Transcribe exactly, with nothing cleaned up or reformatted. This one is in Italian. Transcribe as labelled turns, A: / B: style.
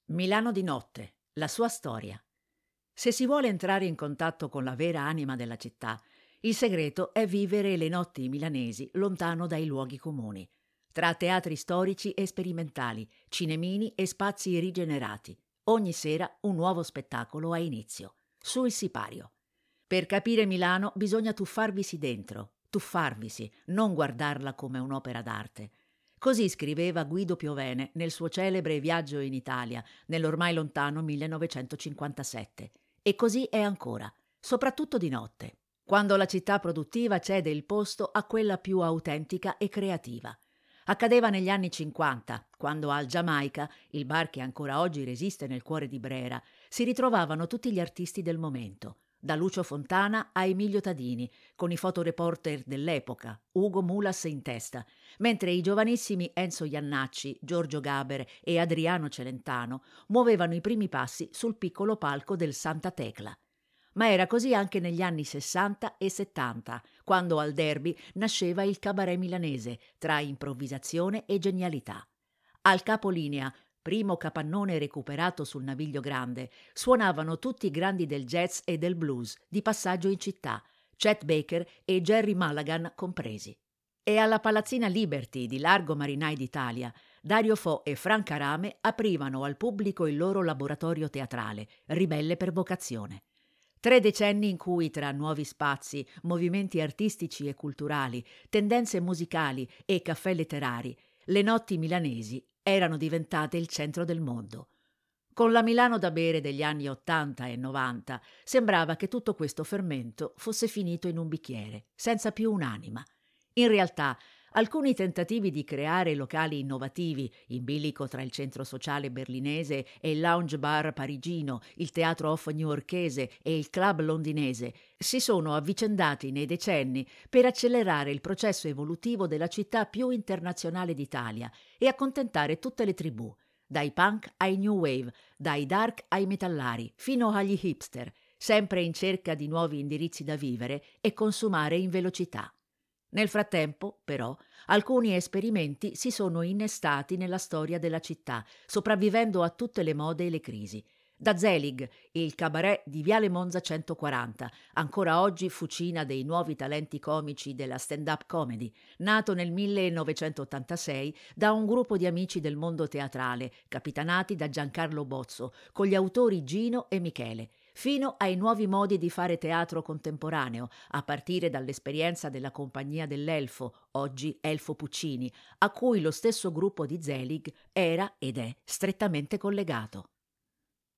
A: Milano di notte, la sua storia. Se si vuole entrare in contatto con la vera anima della città, il segreto è vivere le notti milanesi lontano dai luoghi comuni, tra teatri storici e sperimentali, cinemini e spazi rigenerati. Ogni sera un nuovo spettacolo ha inizio, su Il Sipario. Per capire Milano bisogna tuffarvisi dentro, tuffarvisi, non guardarla come un'opera d'arte. Così scriveva Guido Piovene nel suo celebre Viaggio in Italia, nell'ormai lontano millenovecentocinquantasette. E così è ancora, soprattutto di notte, quando la città produttiva cede il posto a quella più autentica e creativa. Accadeva negli anni cinquanta, quando al Giamaica, il bar che ancora oggi resiste nel cuore di Brera, si ritrovavano tutti gli artisti del momento, da Lucio Fontana a Emilio Tadini, con i fotoreporter dell'epoca, Ugo Mulas in testa, mentre i giovanissimi Enzo Iannacci, Giorgio Gaber e Adriano Celentano muovevano i primi passi sul piccolo palco del Santa Tecla. Ma era così anche negli anni sessanta e settanta, quando al Derby nasceva il cabaret milanese, tra improvvisazione e genialità. Al capolinea, primo capannone recuperato sul Naviglio Grande, suonavano tutti i grandi del jazz e del blues, di passaggio in città, Chet Baker e Jerry Mulligan compresi. E alla Palazzina Liberty di Largo Marinai d'Italia, Dario Fo e Franca Rame aprivano al pubblico il loro laboratorio teatrale, Ribelle per vocazione. Tre decenni in cui tra nuovi spazi, movimenti artistici e culturali, tendenze musicali e caffè letterari, le notti milanesi erano diventate il centro del mondo. Con la Milano da bere degli anni ottanta e novanta sembrava che tutto questo fermento fosse finito in un bicchiere, senza più un'anima. In realtà, alcuni tentativi di creare locali innovativi, in bilico tra il centro sociale berlinese e il lounge bar parigino, il teatro off newyorkese e il club londinese, si sono avvicendati nei decenni per accelerare il processo evolutivo della città più internazionale d'Italia e accontentare tutte le tribù, dai punk ai new wave, dai dark ai metallari, fino agli hipster, sempre in cerca di nuovi indirizzi da vivere e consumare in velocità. Nel frattempo, però, alcuni esperimenti si sono innestati nella storia della città, sopravvivendo a tutte le mode e le crisi. Da Zelig, il cabaret di Viale Monza centoquaranta, ancora oggi fucina dei nuovi talenti comici della stand-up comedy, nato nel millenovecentottantasei da un gruppo di amici del mondo teatrale, capitanati da Giancarlo Bozzo, con gli autori Gino e Michele, fino ai nuovi modi di fare teatro contemporaneo, a partire dall'esperienza della Compagnia dell'Elfo, oggi Elfo Puccini, a cui lo stesso gruppo di Zelig era ed è strettamente collegato.